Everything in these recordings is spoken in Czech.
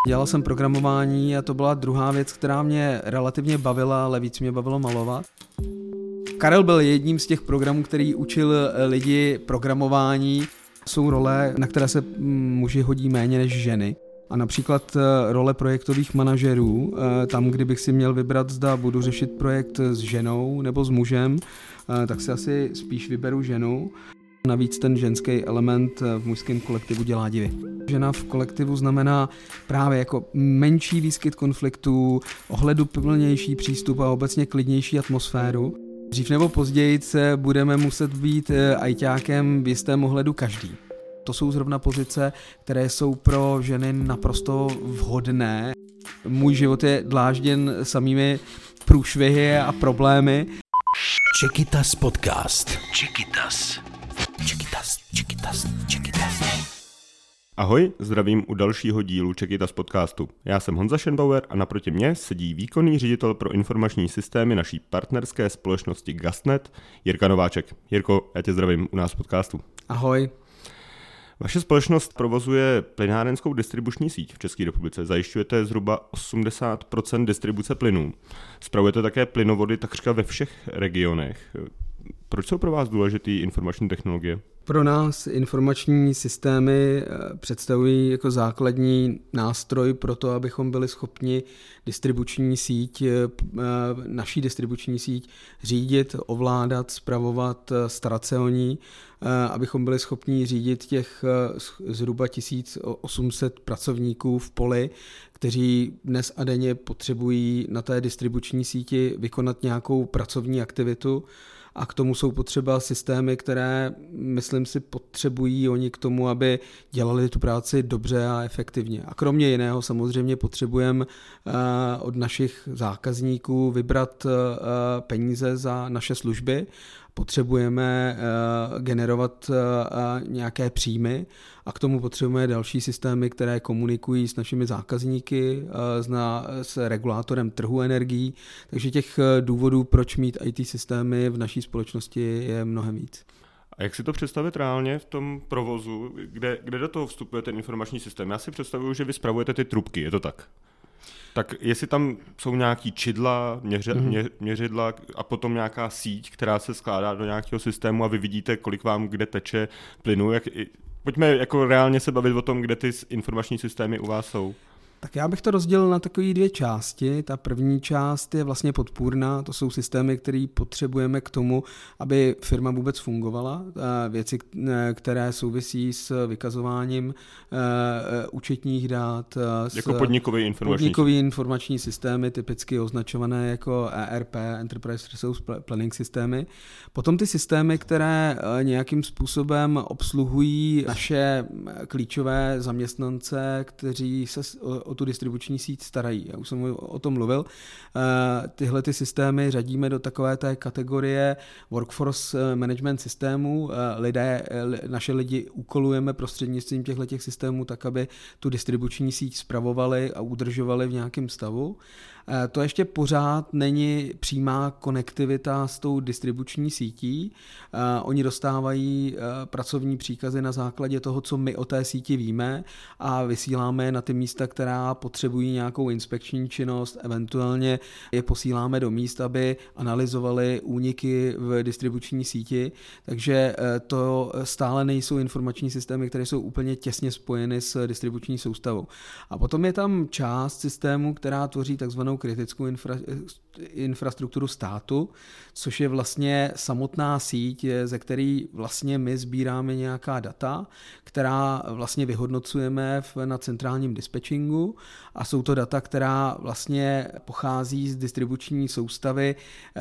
Dělal jsem programování a to byla druhá věc, která mě relativně bavila, ale víc mě bavilo malovat. Karel byl jedním z těch programů, který učil lidi programování. Jsou role, na které se muži hodí méně než ženy. A například role projektových manažerů, tam, kdybych si měl vybrat, zda budu řešit projekt s ženou nebo s mužem, tak si asi spíš vyberu ženu. Navíc ten ženský element v mužském kolektivu dělá divy. Žena v kolektivu znamená právě jako menší výskyt konfliktů, ohleduplnější přístup a obecně klidnější atmosféru. Dřív nebo později se budeme muset být ajťákem v jistém ohledu každý. To jsou zrovna pozice, které jsou pro ženy naprosto vhodné. Můj život je dlážděn samými průšvihy a problémy. Čekytas podcast. Čekytas. Ahoj, zdravím u dalšího dílu Čekytas podcastu. Já jsem Honza Schenbauer a naproti mně sedí výkonný ředitel pro informační systémy naší partnerské společnosti Gastnet, Jirka Nováček. Jirko, já tě zdravím u nás v podcastu. Ahoj. Vaše společnost provozuje plynárenskou distribuční síť v České republice. Zajišťujete zhruba 80% distribuce plynů. Spravujete také plynovody takřka ve všech regionech. Proč jsou pro vás důležitý informační technologie? Pro nás informační systémy představují jako základní nástroj pro to, abychom byli schopni naší distribuční síť řídit, ovládat, spravovat, starat se o ní, abychom byli schopni řídit těch zhruba 1800 pracovníků v poli, kteří dnes a denně potřebují na té distribuční síti vykonat nějakou pracovní aktivitu. A k tomu jsou potřeba systémy, které, myslím si, potřebují oni k tomu, aby dělali tu práci dobře a efektivně. A kromě jiného samozřejmě potřebujeme od našich zákazníků vybrat peníze za naše služby, potřebujeme generovat nějaké příjmy a k tomu potřebujeme další systémy, které komunikují s našimi zákazníky, s regulátorem trhu energií. Takže těch důvodů, proč mít IT systémy v naší společnosti, je mnohem víc. A jak si to představit reálně v tom provozu, kde do toho vstupuje ten informační systém? Já si představuju, že vy spravujete ty trubky, je to tak? Tak jestli tam jsou nějaký čidla, měřidla a potom nějaká síť, která se skládá do nějakého systému a vy vidíte, kolik vám kde teče plynu. Pojďme jako reálně se bavit o tom, kde ty informační systémy u vás jsou. Tak já bych to rozdělil na takové dvě části. Ta první část je vlastně podpůrná, to jsou systémy, které potřebujeme k tomu, aby firma vůbec fungovala. Věci, které souvisí s vykazováním účetních dat. Jako podnikový informační systémy, typicky označované jako ERP, Enterprise Resource Planning systémy. Potom ty systémy, které nějakým způsobem obsluhují naše klíčové zaměstnance, kteří se o tu distribuční síť starají. Já už jsem o tom mluvil. Tyhle ty systémy řadíme do takové té kategorie workforce management systémů. Naše lidi úkolujeme prostřednictvím těchto systémů tak, aby tu distribuční síť spravovali a udržovali v nějakém stavu. To ještě pořád není přímá konektivita s tou distribuční sítí. Oni dostávají pracovní příkazy na základě toho, co my o té síti víme a vysíláme je na ty místa, která potřebují nějakou inspekční činnost, eventuálně je posíláme do míst, aby analyzovali úniky v distribuční síti, takže to stále nejsou informační systémy, které jsou úplně těsně spojeny s distribuční soustavou. A potom je tam část systému, která tvoří takzvanou kritickou infrastrukturu státu, což je vlastně samotná síť, ze které vlastně my sbíráme nějaká data, která vlastně vyhodnocujeme na centrálním dispečingu a jsou to data, která vlastně pochází z distribuční soustavy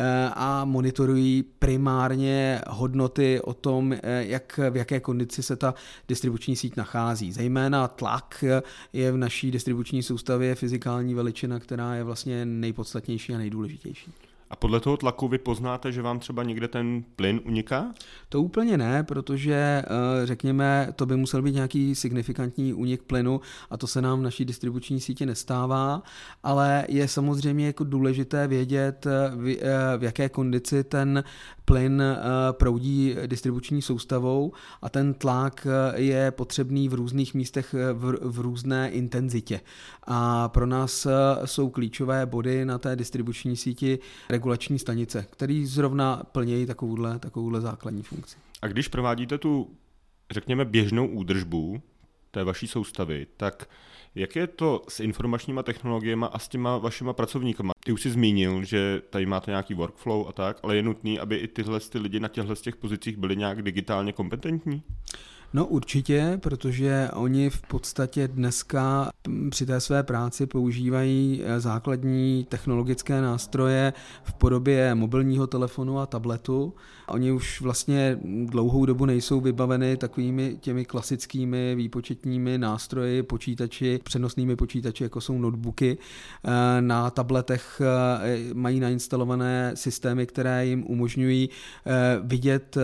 a monitorují primárně hodnoty o tom, v jaké kondici se ta distribuční síť nachází. Zejména tlak je v naší distribuční soustavě fyzikální veličina, která je vlastně nejpodstatnější a nejdůležitější. A podle toho tlaku vy poznáte, že vám třeba někde ten plyn uniká? To úplně ne, protože řekněme, to by musel být nějaký signifikantní únik plynu a to se nám v naší distribuční síti nestává, ale je samozřejmě jako důležité vědět, v jaké kondici ten plyn proudí distribuční soustavou a ten tlak je potřebný v různých místech v různé intenzitě. A pro nás jsou klíčové body na té distribuční síti regulační stanice, které zrovna plnějí takovouhle základní funkci. A když provádíte tu, řekněme, běžnou údržbu té vaší soustavy, tak jak je to s informačníma technologiemi a s těma vašima pracovníkama? Ty už jsi zmínil, že tady máte nějaký workflow a tak, ale je nutný, aby i ty lidi na těchto pozicích byli nějak digitálně kompetentní? No určitě, protože oni v podstatě dneska při té své práci používají základní technologické nástroje v podobě mobilního telefonu a tabletu. Oni už vlastně dlouhou dobu nejsou vybaveny takovými těmi klasickými výpočetními nástroji, počítači, přenosnými počítači, jako jsou notebooky. Na tabletech mají nainstalované systémy, které jim umožňují vidět,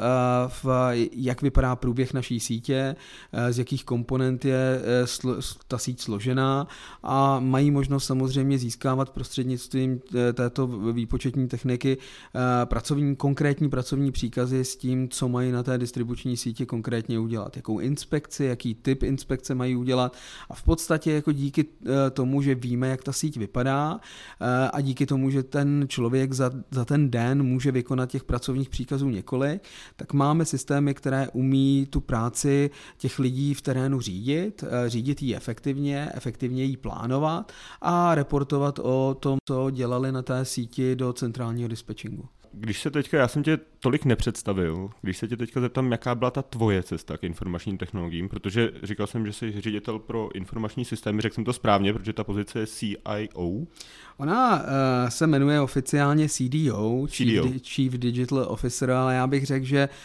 jak vypadá průběh naší sítě, z jakých komponent je ta síť složená a mají možnost samozřejmě získávat prostřednictvím této výpočetní techniky konkrétní pracovní příkazy s tím, co mají na té distribuční síti konkrétně udělat, jakou inspekci, jaký typ inspekce mají udělat a v podstatě jako díky tomu, že víme, jak ta síť vypadá a díky tomu, že ten člověk za ten den může vykonat těch pracovních příkazů několik, tak máme systémy, které umí tu práci těch lidí v terénu řídit ji efektivně ji plánovat a reportovat o tom, co dělali na té síti do centrálního dispečingu. Já jsem tě tolik nepředstavil, když se tě teďka zeptám, jaká byla ta tvoje cesta k informačním technologiím, protože říkal jsem, že jsi ředitel pro informační systémy, řekl jsem to správně, protože ta pozice je CIO. Ona se jmenuje oficiálně CDO, Chief Digital Officer, ale já bych řekl, že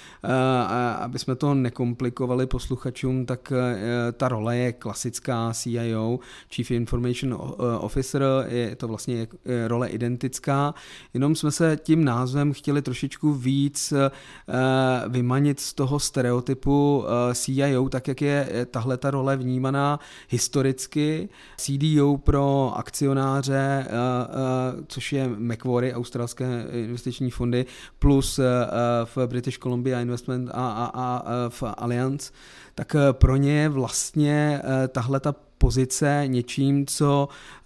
aby jsme to nekomplikovali posluchačům, tak ta role je klasická CIO, Chief Information Officer, je to vlastně role identická, jenom jsme se tím názvem chtěli trošičku víc vymanit z toho stereotypu CIO, tak jak je tahle ta role vnímaná historicky. CDO pro akcionáře, což je Macquarie, australské investiční fondy, plus v British Columbia Investment a v Allianz, tak pro ně je vlastně tahleta pozice něčím, co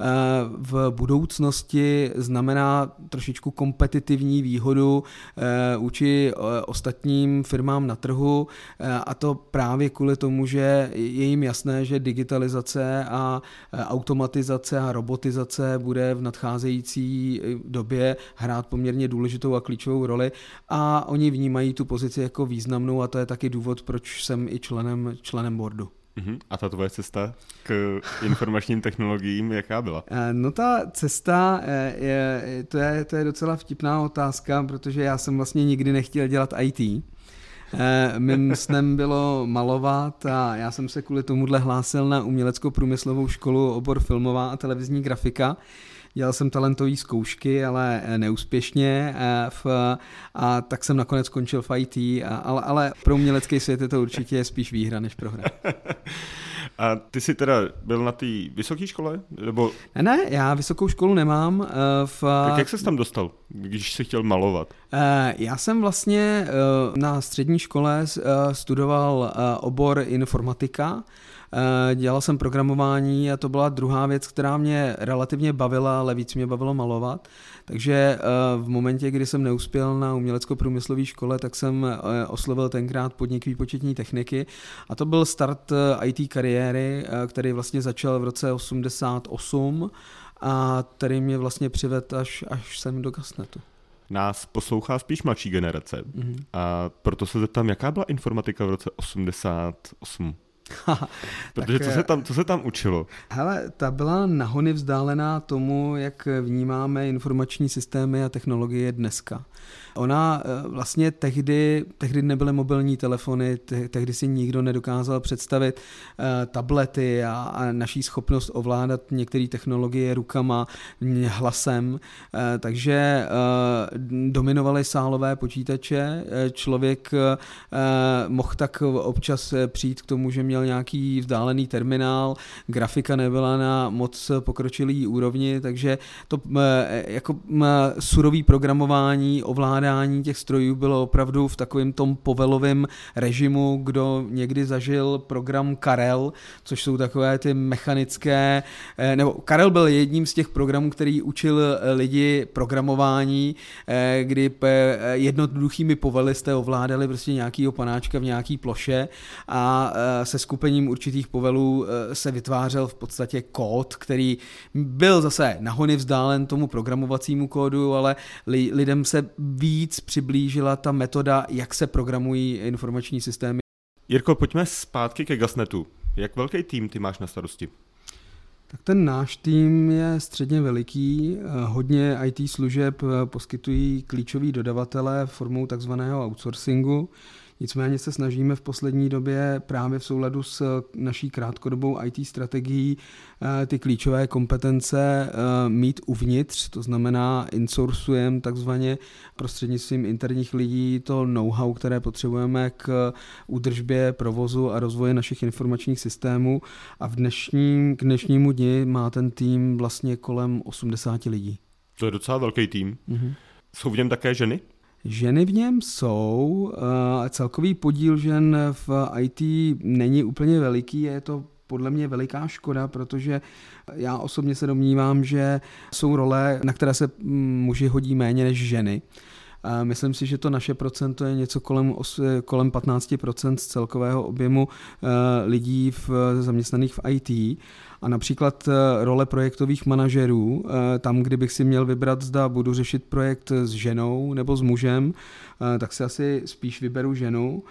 v budoucnosti znamená trošičku kompetitivní výhodu vůči ostatním firmám na trhu a to právě kvůli tomu, že je jim jasné, že digitalizace a automatizace a robotizace bude v nadcházející době hrát poměrně důležitou a klíčovou roli a oni vnímají tu pozici jako významnou a to je taky důvod, proč jsem i členem boardu. A ta tvoje cesta k informačním technologiím, jaká byla? No ta cesta, to je docela vtipná otázka, protože já jsem vlastně nikdy nechtěl dělat IT. Mým snem bylo malovat a já jsem se kvůli tomuhle hlásil na umělecko-průmyslovou školu obor filmová a televizní grafika. Dělal jsem talentové zkoušky, ale neúspěšně a tak jsem nakonec skončil v IT, ale pro umělecký svět je to určitě spíš výhra než prohra. A ty jsi teda byl na té vysoké škole? Nebo... Ne, já vysokou školu nemám. Tak jak ses tam dostal, když jsi chtěl malovat? Já jsem vlastně na střední škole studoval obor informatika. Dělal jsem programování a to byla druhá věc, která mě relativně bavila, ale víc mě bavilo malovat. Takže v momentě, kdy jsem neuspěl na umělecko-průmyslové škole, tak jsem oslovil tenkrát podnik výpočetní techniky a to byl start IT kariéry, který vlastně začal v roce 88 a který mě vlastně přivedl až sem do Gasnetu. Nás poslouchá spíš mladší generace a proto se zeptám, jaká byla informatika v roce 88? Protože co se tam učilo? Hele, ta byla nahony vzdálená tomu, jak vnímáme informační systémy a technologie dneska. Ona vlastně tehdy nebyly mobilní telefony, tehdy si nikdo nedokázal představit tablety a naší schopnost ovládat některé technologie rukama, hlasem, takže dominovaly sálové počítače. Člověk mohl tak občas přijít k tomu, že měl nějaký vzdálený terminál, grafika nebyla na moc pokročilý úrovni, takže to jako surový programování, ovládání těch strojů bylo opravdu v takovém tom povelovém režimu. Kdo někdy zažil program Karel, což jsou takové ty mechanické, nebo Karel byl jedním z těch programů, který učil lidi programování, kdy jednoduchými povely jste ovládali prostě nějakýho panáčka v nějaký ploše a se skupením určitých povelů se vytvářel v podstatě kód, který byl zase nahony vzdálen tomu programovacímu kódu, ale lidem se víc přiblížila ta metoda, jak se programují informační systémy. Jirko, pojďme zpátky ke Gasnetu. Jak velký tým ty máš na starosti? Tak ten náš tým je středně veliký, hodně IT služeb poskytují klíčoví dodavatelé formou takzvaného outsourcingu. Nicméně se snažíme v poslední době právě v souladu s naší krátkodobou IT strategií ty klíčové kompetence mít uvnitř, to znamená insourcujeme takzvaně prostřednictvím interních lidí to know-how, které potřebujeme k údržbě, provozu a rozvoji našich informačních systémů a k dnešnímu dni má ten tým vlastně kolem 80 lidí. To je docela velký tým. Mm-hmm. Jsou v něm také ženy? Ženy v něm jsou, celkový podíl žen v IT není úplně veliký, je to podle mě veliká škoda, protože já osobně se domnívám, že jsou role, na které se muži hodí méně než ženy. Myslím si, že to naše procento je něco kolem 15% z celkového objemu lidí zaměstnaných v IT. A například role projektových manažerů, tam, kdybych si měl vybrat, zda budu řešit projekt s ženou nebo s mužem, tak si asi spíš vyberu ženu.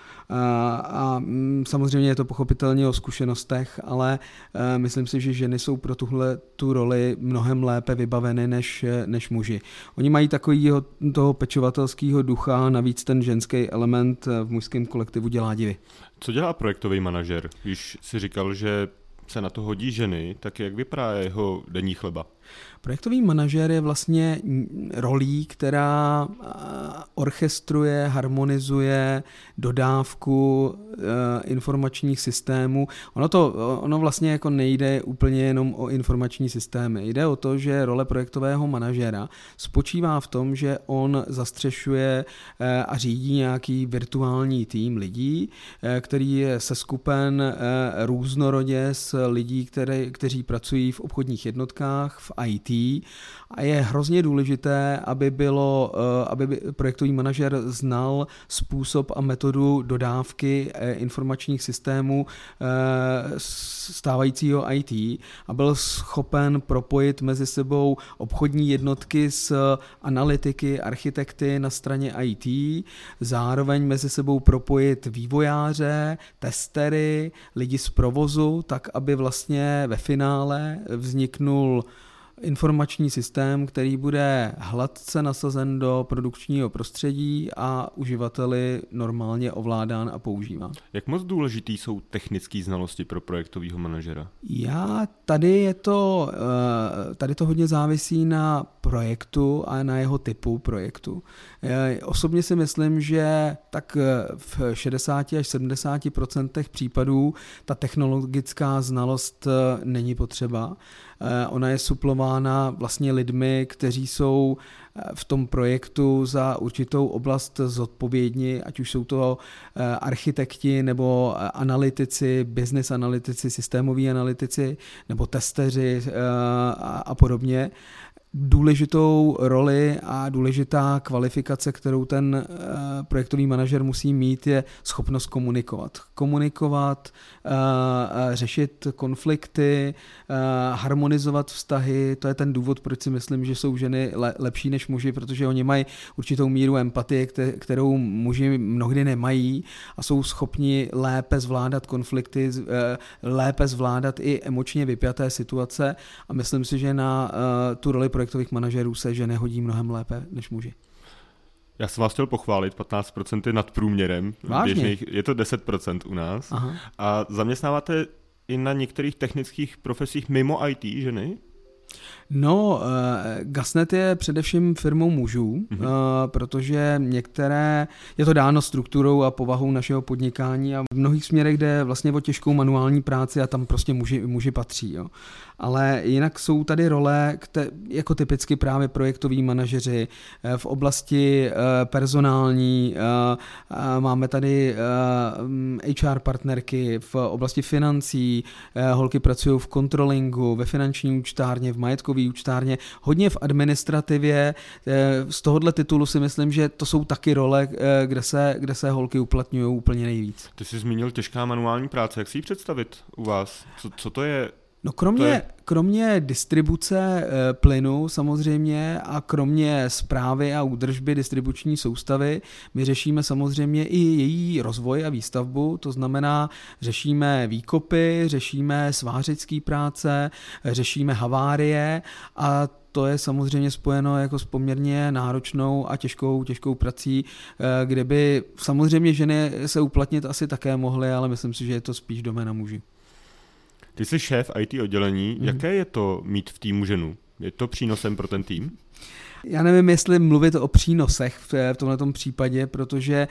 A samozřejmě je to pochopitelně o zkušenostech, ale myslím si, že ženy jsou pro tu roli mnohem lépe vybaveny než muži. Oni mají takovýho toho pečovatelského ducha, navíc ten ženský element v mužském kolektivu dělá divy. Co dělá projektový manažer? Když si říkal, že se na to hodí ženy, tak jak vypadá jeho denní chleba? Projektový manažer je vlastně rolí, která orchestruje, harmonizuje dodávku informačních systémů. Ono vlastně jako nejde úplně jenom o informační systémy. Jde o to, že role projektového manažera spočívá v tom, že on zastřešuje a řídí nějaký virtuální tým lidí, který je seskupen různorodě s lidí, kteří pracují v obchodních jednotkách, v IT, a je hrozně důležité, aby projektový manažer znal způsob a metodu dodávky informačních systémů stávajícího IT a byl schopen propojit mezi sebou obchodní jednotky s analytiky, architekty na straně IT, zároveň mezi sebou propojit vývojáře, testery, lidi z provozu, tak aby vlastně ve finále vzniknul informační systém, který bude hladce nasazen do produkčního prostředí a uživateli normálně ovládán a používán. Jak moc důležitý jsou technické znalosti pro projektového manažera? Tady to hodně závisí na projektu a na jeho typu projektu. Osobně si myslím, že tak v 60 až 70% případů ta technologická znalost není potřeba. Ona je suplována vlastně lidmi, kteří jsou v tom projektu za určitou oblast zodpovědní, ať už jsou to architekti nebo analytici, business analytici, systémoví analytici nebo testeři a podobně. Důležitou roli a důležitá kvalifikace, kterou ten projektový manažer musí mít, je schopnost komunikovat, řešit konflikty, harmonizovat vztahy. To je ten důvod, proč si myslím, že jsou ženy lepší než muži, protože oni mají určitou míru empatie, kterou muži mnohdy nemají a jsou schopni lépe zvládat konflikty, lépe zvládat i emočně vypjaté situace a myslím si, že na tu roli projektových manažerů se ženy hodí mnohem lépe než muži. Já jsem vás chtěl pochválit, 15% je nad průměrem. Vážně? Je to 10% u nás. Aha. A zaměstnáváte i na některých technických profesích mimo IT ženy? No, Gasnet je především firmou mužů, protože je to dáno strukturou a povahou našeho podnikání a v mnohých směrech jde vlastně o těžkou manuální práci a tam prostě muži patří. Jo. Ale jinak jsou tady role, jako typicky právě projektoví manažeři v oblasti personální, máme tady HR partnerky v oblasti financí, holky pracují v kontrolingu, ve finanční účtárně, v majetkové účtárně, hodně v administrativě. Z tohohle titulu si myslím, že to jsou taky role, kde se holky uplatňují úplně nejvíc. Ty jsi zmínil těžká manuální práce, jak si ji představit u vás? Co to je? No kromě distribuce plynu samozřejmě a kromě správy a údržby distribuční soustavy, my řešíme samozřejmě i její rozvoj a výstavbu, to znamená řešíme výkopy, řešíme svářecké práce, řešíme havárie a to je samozřejmě spojeno jako s poměrně náročnou a těžkou prací, kde by samozřejmě ženy se uplatnit asi také mohly, ale myslím si, že je to spíš doména mužů. Ty jsi šéf IT oddělení. Jaké je to mít v týmu ženu? Je to přínosem pro ten tým? Já nevím, jestli mluvit o přínosech v tomhletom případě, protože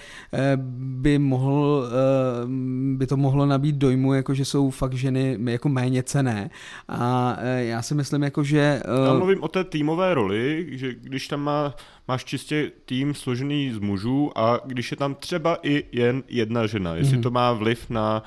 by to mohlo nabít dojmu, jako že jsou fakt ženy jako méně cenné. A já si myslím, jako že... Já mluvím o té týmové roli, že když tam máš čistě tým složený z mužů a když je tam třeba i jen jedna žena, jestli to má vliv na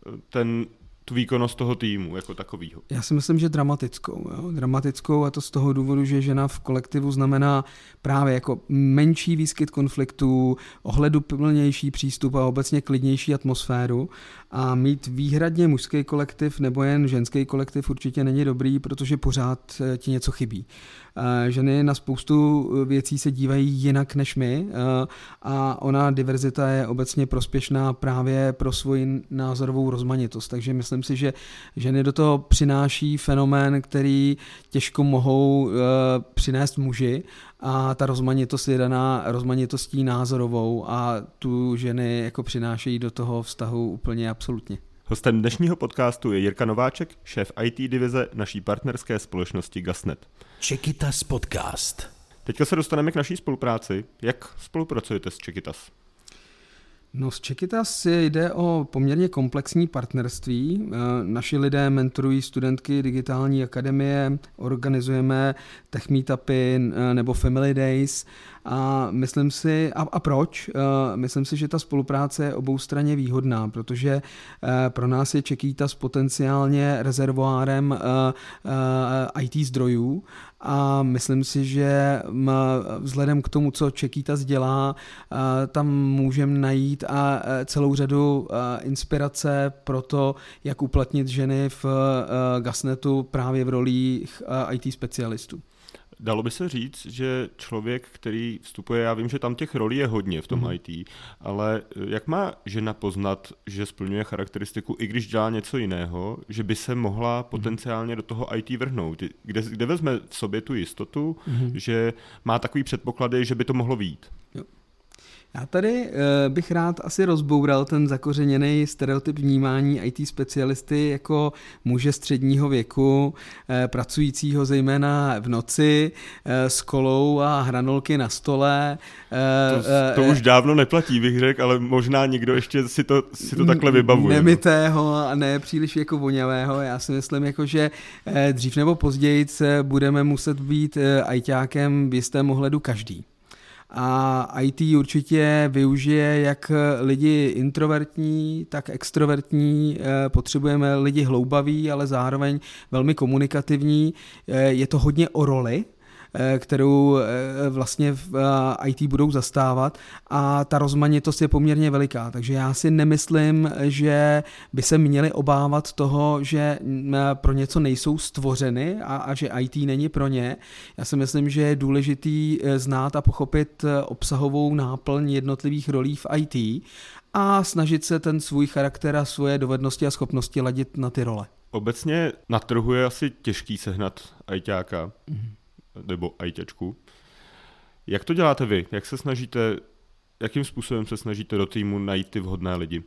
tu výkonnost toho týmu jako takovýho. Já si myslím, že dramatickou a to z toho důvodu, že žena v kolektivu znamená právě jako menší výskyt konfliktů, ohleduplnější přístup a obecně klidnější atmosféru a mít výhradně mužský kolektiv nebo jen ženský kolektiv určitě není dobrý, protože pořád ti něco chybí. Ženy na spoustu věcí se dívají jinak než my a ona diverzita je obecně prospěšná právě pro svoji názorovou rozmanitost. Takže myslím si, že ženy do toho přináší fenomén, který těžko mohou přinést muži a ta rozmanitost je daná rozmanitostí názorovou a tu ženy jako přinášejí do toho vztahu úplně absolutně. Hostem dnešního podcastu je Jirka Nováček, šéf IT divize naší partnerské společnosti Gasnet. Čekytas podcast. Teďka se dostaneme k naší spolupráci. Jak spolupracujete s Čekytas? No z Čekytas jde o poměrně komplexní partnerství. Naši lidé mentorují studentky digitální akademie, organizujeme tech meetupy nebo family days a myslím si, a proč? Myslím si, že ta spolupráce je oboustranně výhodná, protože pro nás je Čekytas potenciálně rezervoárem IT zdrojů a myslím si, že vzhledem k tomu, co Čekytas dělá, tam můžeme najít a celou řadu inspirace pro to, jak uplatnit ženy v Gasnetu právě v rolích IT specialistů. Dalo by se říct, že člověk, který vstupuje, já vím, že tam těch rolí je hodně v tom IT, ale jak má žena poznat, že splňuje charakteristiku, i když dělá něco jiného, že by se mohla potenciálně do toho IT vrhnout? Kde vezme v sobě tu jistotu, že má takový předpoklady, že by to mohlo vyjít? Jo. Já tady bych rád asi rozboural ten zakořeněný stereotyp vnímání IT specialisty jako muže středního věku, pracujícího zejména v noci, s kolou a hranolky na stole. To už dávno neplatí, bych řekl, ale možná někdo ještě si to takhle vybavuje. Nemitého a ne příliš jako vonavého. Já si myslím, jako, že dřív nebo později budeme muset být ajťákem v jistém ohledu každý. A IT určitě využije jak lidi introvertní, tak extrovertní, potřebujeme lidi hloubaví, ale zároveň velmi komunikativní. Je to hodně o roli, kterou vlastně v IT budou zastávat a ta rozmanitost je poměrně veliká, takže já si nemyslím, že by se měli obávat toho, že pro něco nejsou stvořeny a že IT není pro ně. Já si myslím, že je důležitý znát a pochopit obsahovou náplň jednotlivých rolí v IT a snažit se ten svůj charakter a svoje dovednosti a schopnosti ladit na ty role. Obecně na trhu je asi těžký sehnat ajťáka. Nebo ajťačku. Jak to děláte vy? Jakým způsobem se snažíte do týmu najít ty vhodné lidi?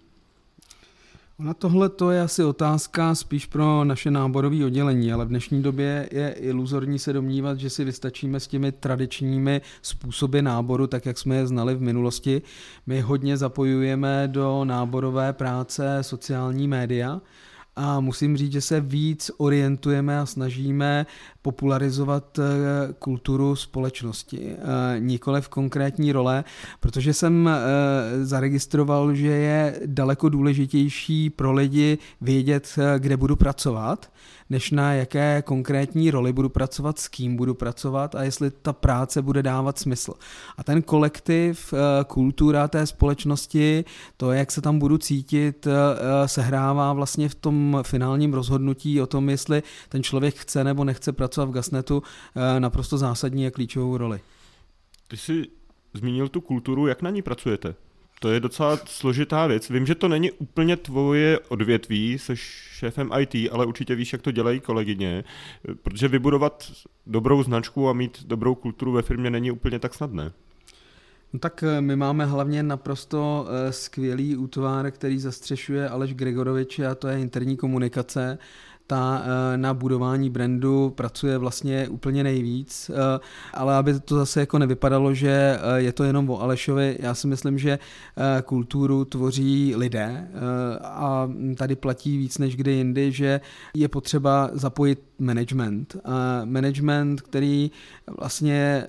Na tohle to je asi otázka spíš pro naše náborové oddělení, ale v dnešní době je iluzorní se domnívat, že si vystačíme s těmi tradičními způsoby náboru, tak jak jsme je znali v minulosti. My hodně zapojujeme do náborové práce sociální média, a musím říct, že se víc orientujeme a snažíme popularizovat kulturu společnosti, nikoliv konkrétní role, protože jsem zaregistroval, že je daleko důležitější pro lidi vědět, kde budu pracovat, než na jaké konkrétní roli budu pracovat, s kým budu pracovat a jestli ta práce bude dávat smysl. A ten kolektiv, kultura té společnosti, to, jak se tam budu cítit, sehrává vlastně v tom finálním rozhodnutí o tom, jestli ten člověk chce nebo nechce pracovat v Gasnetu, naprosto zásadní a klíčovou roli. Ty jsi zmínil tu kulturu, jak na ní pracujete? To je docela složitá věc. Vím, že to není úplně tvoje odvětví, jsi šéfem IT, ale určitě víš, jak to dělají kolegyně, protože vybudovat dobrou značku a mít dobrou kulturu ve firmě není úplně tak snadné. No tak my máme hlavně naprosto skvělý útvar, který zastřešuje Aleš Gregorovič, a to je interní komunikace. Ta na budování brandu pracuje vlastně úplně nejvíc, ale aby to zase jako nevypadalo, že je to jenom o Alešovi, já si myslím, že kulturu tvoří lidé a tady platí víc než kdy jindy, že je potřeba zapojit management. Management, který vlastně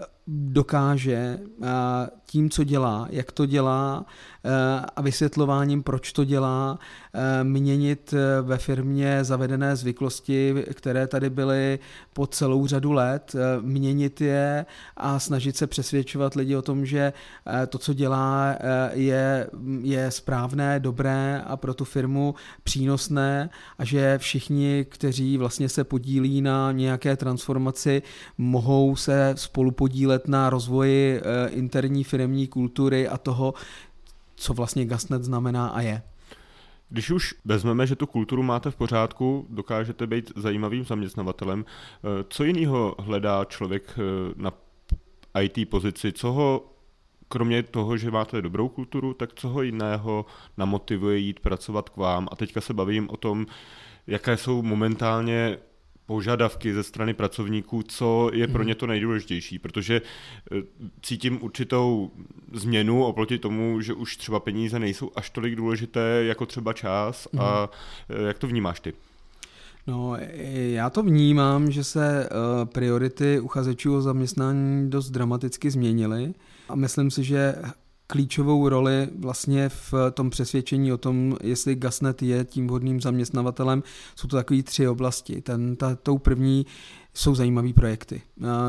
dokáže tím, co dělá, jak to dělá a vysvětlováním, proč to dělá, měnit ve firmě zavedené zvyklosti, které tady byly po celou řadu let, měnit je a snažit se přesvědčovat lidi o tom, že to, co dělá, je správné, dobré a pro tu firmu přínosné a že všichni, kteří vlastně se podílí na nějaké transformaci, mohou se spolu podílet na rozvoji interní firemní kultury a toho, co vlastně Gasnet znamená a je. Když už vezmeme, že tu kulturu máte v pořádku, dokážete být zajímavým zaměstnavatelem, co jiného hledá člověk na IT pozici, kromě toho, že máte dobrou kulturu, tak co ho jiného namotivuje jít pracovat k vám? A teďka se bavím o tom, jaké jsou momentálně požadavky ze strany pracovníků, co je pro ně to nejdůležitější, protože cítím určitou změnu oproti tomu, že už třeba peníze nejsou až tolik důležité jako třeba čas a jak to vnímáš ty? No, já to vnímám, že se priority uchazečů o zaměstnání dost dramaticky změnily a myslím si, že klíčovou roli vlastně v tom přesvědčení o tom, jestli Gasnet je tím vhodným zaměstnavatelem, jsou to takové 3 oblasti. Tou první jsou zajímavé projekty.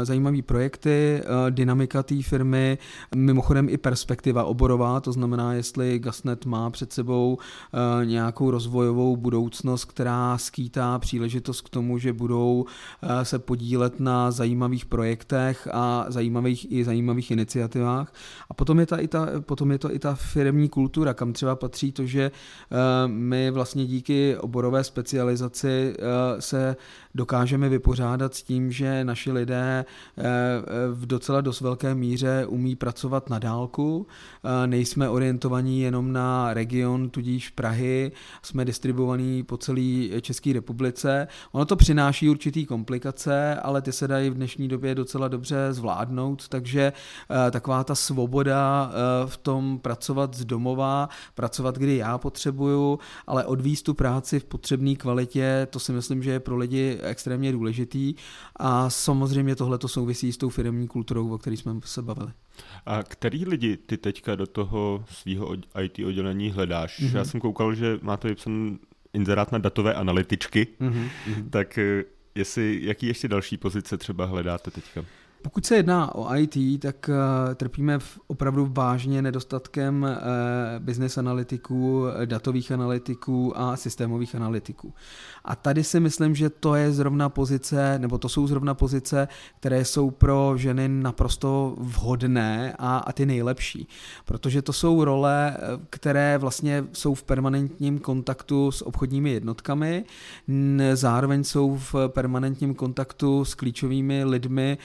Dynamika té firmy, mimochodem i perspektiva oborová, to znamená, jestli Gasnet má před sebou nějakou rozvojovou budoucnost, která skýtá příležitost k tomu, že budou se podílet na zajímavých projektech a zajímavých iniciativách. A potom je to i ta firemní kultura, kam třeba patří to, že my vlastně díky oborové specializaci se dokážeme vypořádat s tím, že naši lidé v docela dost velké míře umí pracovat na dálku. Nejsme orientovaní jenom na region, tudíž Prahy, jsme distribuovaní po celé České republice. Ono to přináší určitý komplikace, ale ty se dají v dnešní době docela dobře zvládnout, takže taková ta svoboda v tom pracovat z domova, pracovat, kdy já potřebuju, ale odvízt tu práci v potřebné kvalitě, to si myslím, že je pro lidi extrémně důležitý a samozřejmě tohle to souvisí s tou firemní kulturou, o které jsme se bavili. A který lidi ty teďka do toho svého IT oddělení hledáš? Já jsem koukal, že máte vypsaný inzerát na datové analytičky, tak jaký ještě další pozice třeba hledáte teďka? Pokud se jedná o IT, tak trpíme opravdu vážně nedostatkem business analytiků, datových analytiků a systémových analytiků. A tady si myslím, že to jsou zrovna pozice, které jsou pro ženy naprosto vhodné a ty nejlepší. Protože to jsou role, které vlastně jsou v permanentním kontaktu s obchodními jednotkami, zároveň jsou v permanentním kontaktu s klíčovými lidmi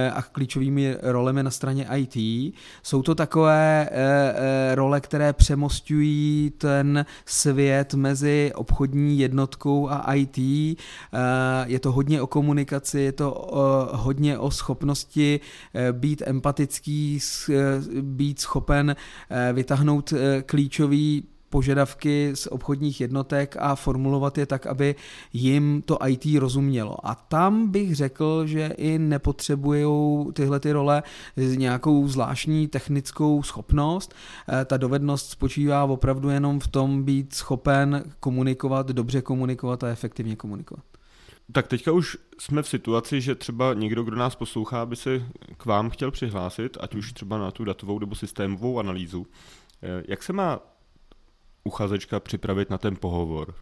a klíčovými rolemi na straně IT. Jsou to takové role, které přemosťují ten svět mezi obchodní jednotkou a IT. Je to hodně o komunikaci, je to hodně o schopnosti být empatický, být schopen vytáhnout klíčový požadavky z obchodních jednotek a formulovat je tak, aby jim to IT rozumělo. A tam bych řekl, že i nepotřebují tyhle ty role nějakou zvláštní technickou schopnost. Ta dovednost spočívá opravdu jenom v tom být schopen komunikovat, dobře komunikovat a efektivně komunikovat. Tak teďka už jsme v situaci, že třeba někdo, kdo nás poslouchá, by se k vám chtěl přihlásit, ať už třeba na tu datovou nebo systémovou analýzu. Jak se má uchazečka připravit na ten pohovor?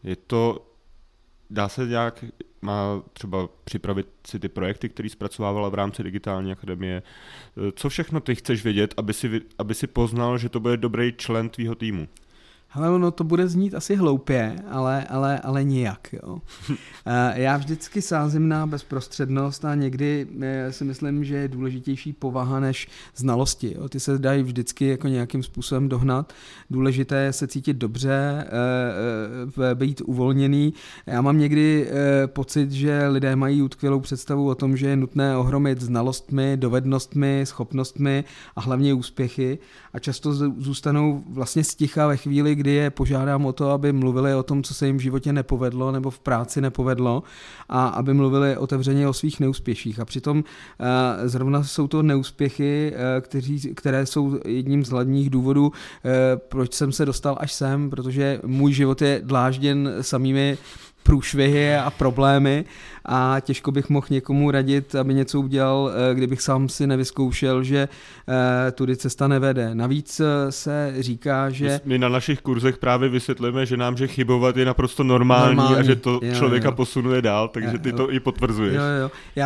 Dá se nějak, má třeba připravit si ty projekty, které zpracovávala v rámci Digitální akademie? Co všechno ty chceš vědět, aby si poznal, že to bude dobrý člen tvýho týmu? Hele, ono to bude znít asi hloupě, ale nijak. Jo. Já vždycky sázím na bezprostřednost a někdy si myslím, že je důležitější povaha než znalosti. Jo. Ty se dají vždycky jako nějakým způsobem dohnat. Důležité je se cítit dobře, být uvolněný. Já mám někdy pocit, že lidé mají utkvělou představu o tom, že je nutné ohromit znalostmi, dovednostmi, schopnostmi a hlavně úspěchy a často zůstanou vlastně sticha ve chvíli, kdy je požádám o to, aby mluvili o tom, co se jim v životě nepovedlo nebo v práci nepovedlo a aby mluvili otevřeně o svých neúspěších. A přitom zrovna jsou to neúspěchy, které jsou jedním z hlavních důvodů, proč jsem se dostal až sem, protože můj život je dlážděn samými průšvihy a problémy a těžko bych mohl někomu radit, aby něco udělal, kdybych sám si nevyzkoušel, že tudy cesta nevede. Navíc se říká, že... My na našich kurzech právě vysvětlíme, že nám, že chybovat je naprosto normální a že to člověka posunuje dál, takže ty to i potvrzuješ. Jo.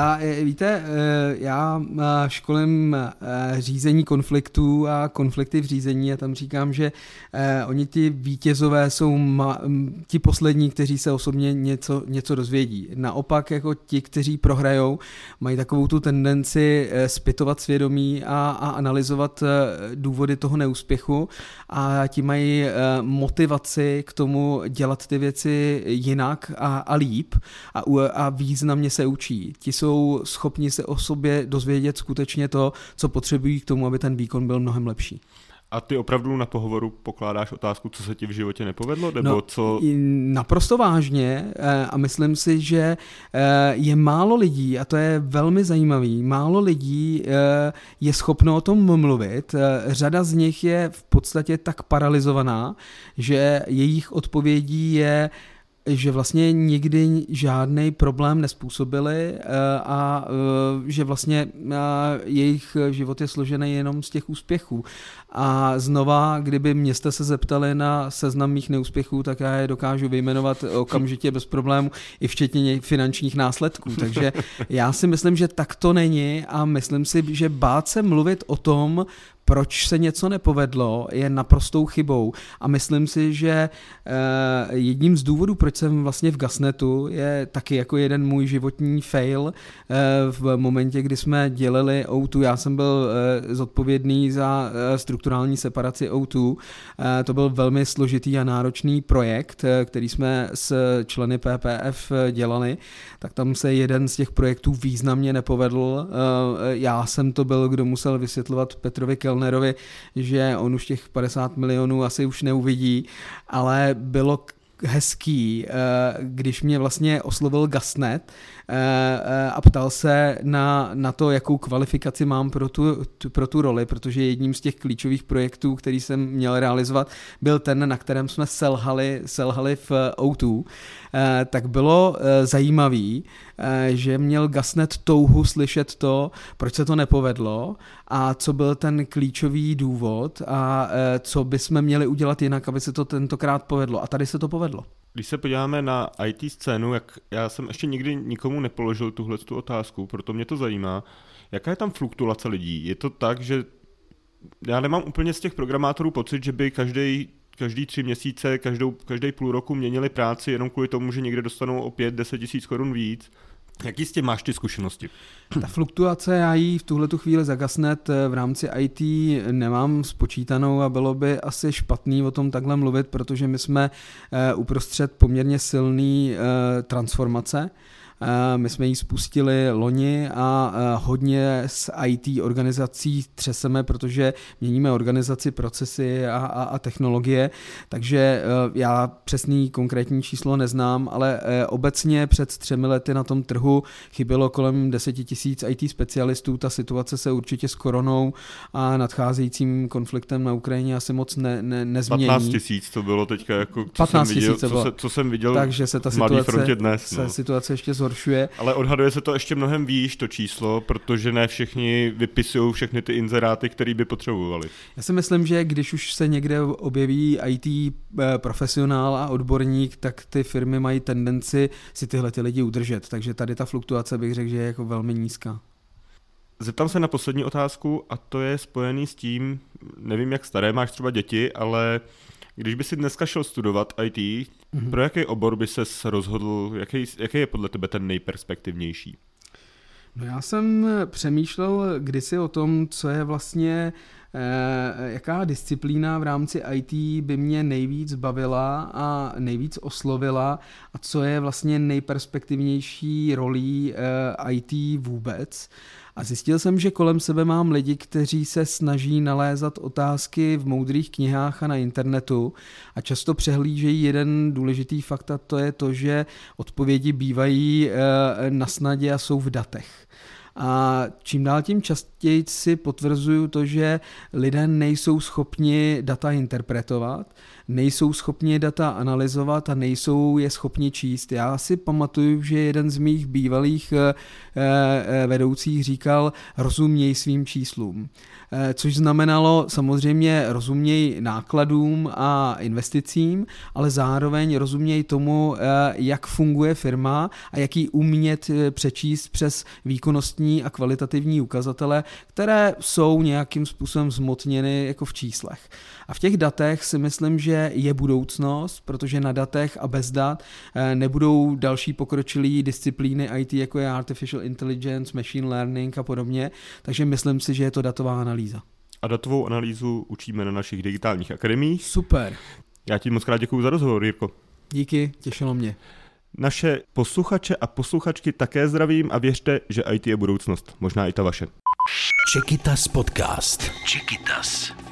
Já školím řízení konfliktů a konflikty v řízení a tam říkám, že oni ti vítězové jsou ti poslední, kteří se osobně něco dozvědí. Naopak jako ti, kteří prohrajou, mají takovou tu tendenci zpytovat svědomí a analyzovat důvody toho neúspěchu a ti mají motivaci k tomu dělat ty věci jinak a líp a významně se učí. Ti jsou schopni se o sobě dozvědět skutečně to, co potřebují k tomu, aby ten výkon byl mnohem lepší. A ty opravdu na pohovoru pokládáš otázku, co se ti v životě nepovedlo? Nebo co? Naprosto vážně a myslím si, že je málo lidí, a to je velmi zajímavý, málo lidí je schopno o tom mluvit. Řada z nich je v podstatě tak paralizovaná, že jejich odpovědí je, že vlastně nikdy žádný problém nespůsobili a že vlastně jejich život je složený jenom z těch úspěchů. A znova, kdyby mě jste se zeptali na seznam mých neúspěchů, tak já je dokážu vyjmenovat okamžitě bez problému, i včetně finančních následků. Takže já si myslím, že tak to není a myslím si, že bát se mluvit o tom, proč se něco nepovedlo, je naprostou chybou. A myslím si, že jedním z důvodů, proč jsem vlastně v Gasnetu, je taky jako jeden můj životní fail v momentě, kdy jsme dělili O2. Já jsem byl zodpovědný za strukturální separaci O2. To byl velmi složitý a náročný projekt, který jsme s členy PPF dělali. Tak tam se jeden z těch projektů významně nepovedl. Já jsem to byl, kdo musel vysvětlovat Petrovi Kellnerovi, že on už těch 50 milionů asi už neuvidí, ale bylo hezký, když mě vlastně oslovil Gasnet a ptal se na to, jakou kvalifikaci mám pro tu roli, protože jedním z těch klíčových projektů, který jsem měl realizovat, byl ten, na kterém jsme selhali v O2. Tak bylo zajímavý, že měl Gasnet touhu slyšet to, proč se to nepovedlo a co byl ten klíčový důvod a co bychom měli udělat jinak, aby se to tentokrát povedlo. A tady se to povedlo. Když se podíváme na IT scénu, jak já jsem ještě nikdy nikomu nepoložil tuhletu otázku, proto mě to zajímá. Jaká je tam fluktuace lidí? Je to tak, že já nemám úplně z těch programátorů pocit, že by každý 3 měsíce, každý půl roku měnili práci jenom kvůli tomu, že někde dostanou o 5-10 tisíc korun víc. Jaký s tím máš ty zkušenosti? Ta fluktuace, já ji v tuhletu chvíli zagasnet v rámci IT nemám spočítanou a bylo by asi špatný o tom takhle mluvit, protože my jsme uprostřed poměrně silný transformace. My jsme ji spustili loni a hodně s IT organizací třeseme, protože měníme organizaci, procesy a technologie, takže já přesný konkrétní číslo neznám, ale obecně před 3 lety na tom trhu chybělo kolem 10 000 IT specialistů, ta situace se určitě s koronou a nadcházejícím konfliktem na Ukrajině asi moc nezmění. 15 000 to bylo teďka, jako, co jsem viděl takže se ta v Mladé frontě dnes. Situace ještě zhoršuje. Ale odhaduje se to ještě mnohem výš, to číslo, protože ne všichni vypisují všechny ty inzeráty, které by potřebovali. Já si myslím, že když už se někde objeví IT profesionál a odborník, tak ty firmy mají tendenci si tyhle ty lidi udržet. Takže tady ta fluktuace bych řekl, že je jako velmi nízká. Zeptám se na poslední otázku a to je spojený s tím, nevím jak staré máš třeba děti, ale když by si dneska šel studovat IT, pro jaký obor by ses rozhodl, jaký je podle tebe ten nejperspektivnější? No já jsem přemýšlel kdysi o tom, co je vlastně, jaká disciplína v rámci IT by mě nejvíc bavila a nejvíc oslovila a co je vlastně nejperspektivnější rolí IT vůbec. A zjistil jsem, že kolem sebe mám lidi, kteří se snaží nalézat otázky v moudrých knihách a na internetu a často přehlížejí jeden důležitý fakt a to je to, že odpovědi bývají na snadě a jsou v datech. A čím dál tím častěji si potvrzuju to, že lidé nejsou schopni data interpretovat, nejsou schopni data analyzovat a nejsou je schopni číst. Já si pamatuju, že jeden z mých bývalých vedoucích říkal rozuměj svým číslům. Což znamenalo samozřejmě rozuměj nákladům a investicím, ale zároveň rozuměj tomu, jak funguje firma a jak ji umět přečíst přes výkonnostní a kvalitativní ukazatele, které jsou nějakým způsobem zmotněny jako v číslech. A v těch datech si myslím, že je budoucnost, protože na datech a bez dat nebudou další pokročilé disciplíny IT, jako je artificial intelligence, machine learning a podobně, takže myslím si, že je to datová analýza. A datovou analýzu učíme na našich digitálních akademiích. Super. Já ti moc krát děkuju za rozhovor, Jirko. Díky, těšilo mě. Naše posluchače a posluchačky také zdravím a věřte, že IT je budoucnost, možná i ta vaše. Čekytas podcast. Čekytas.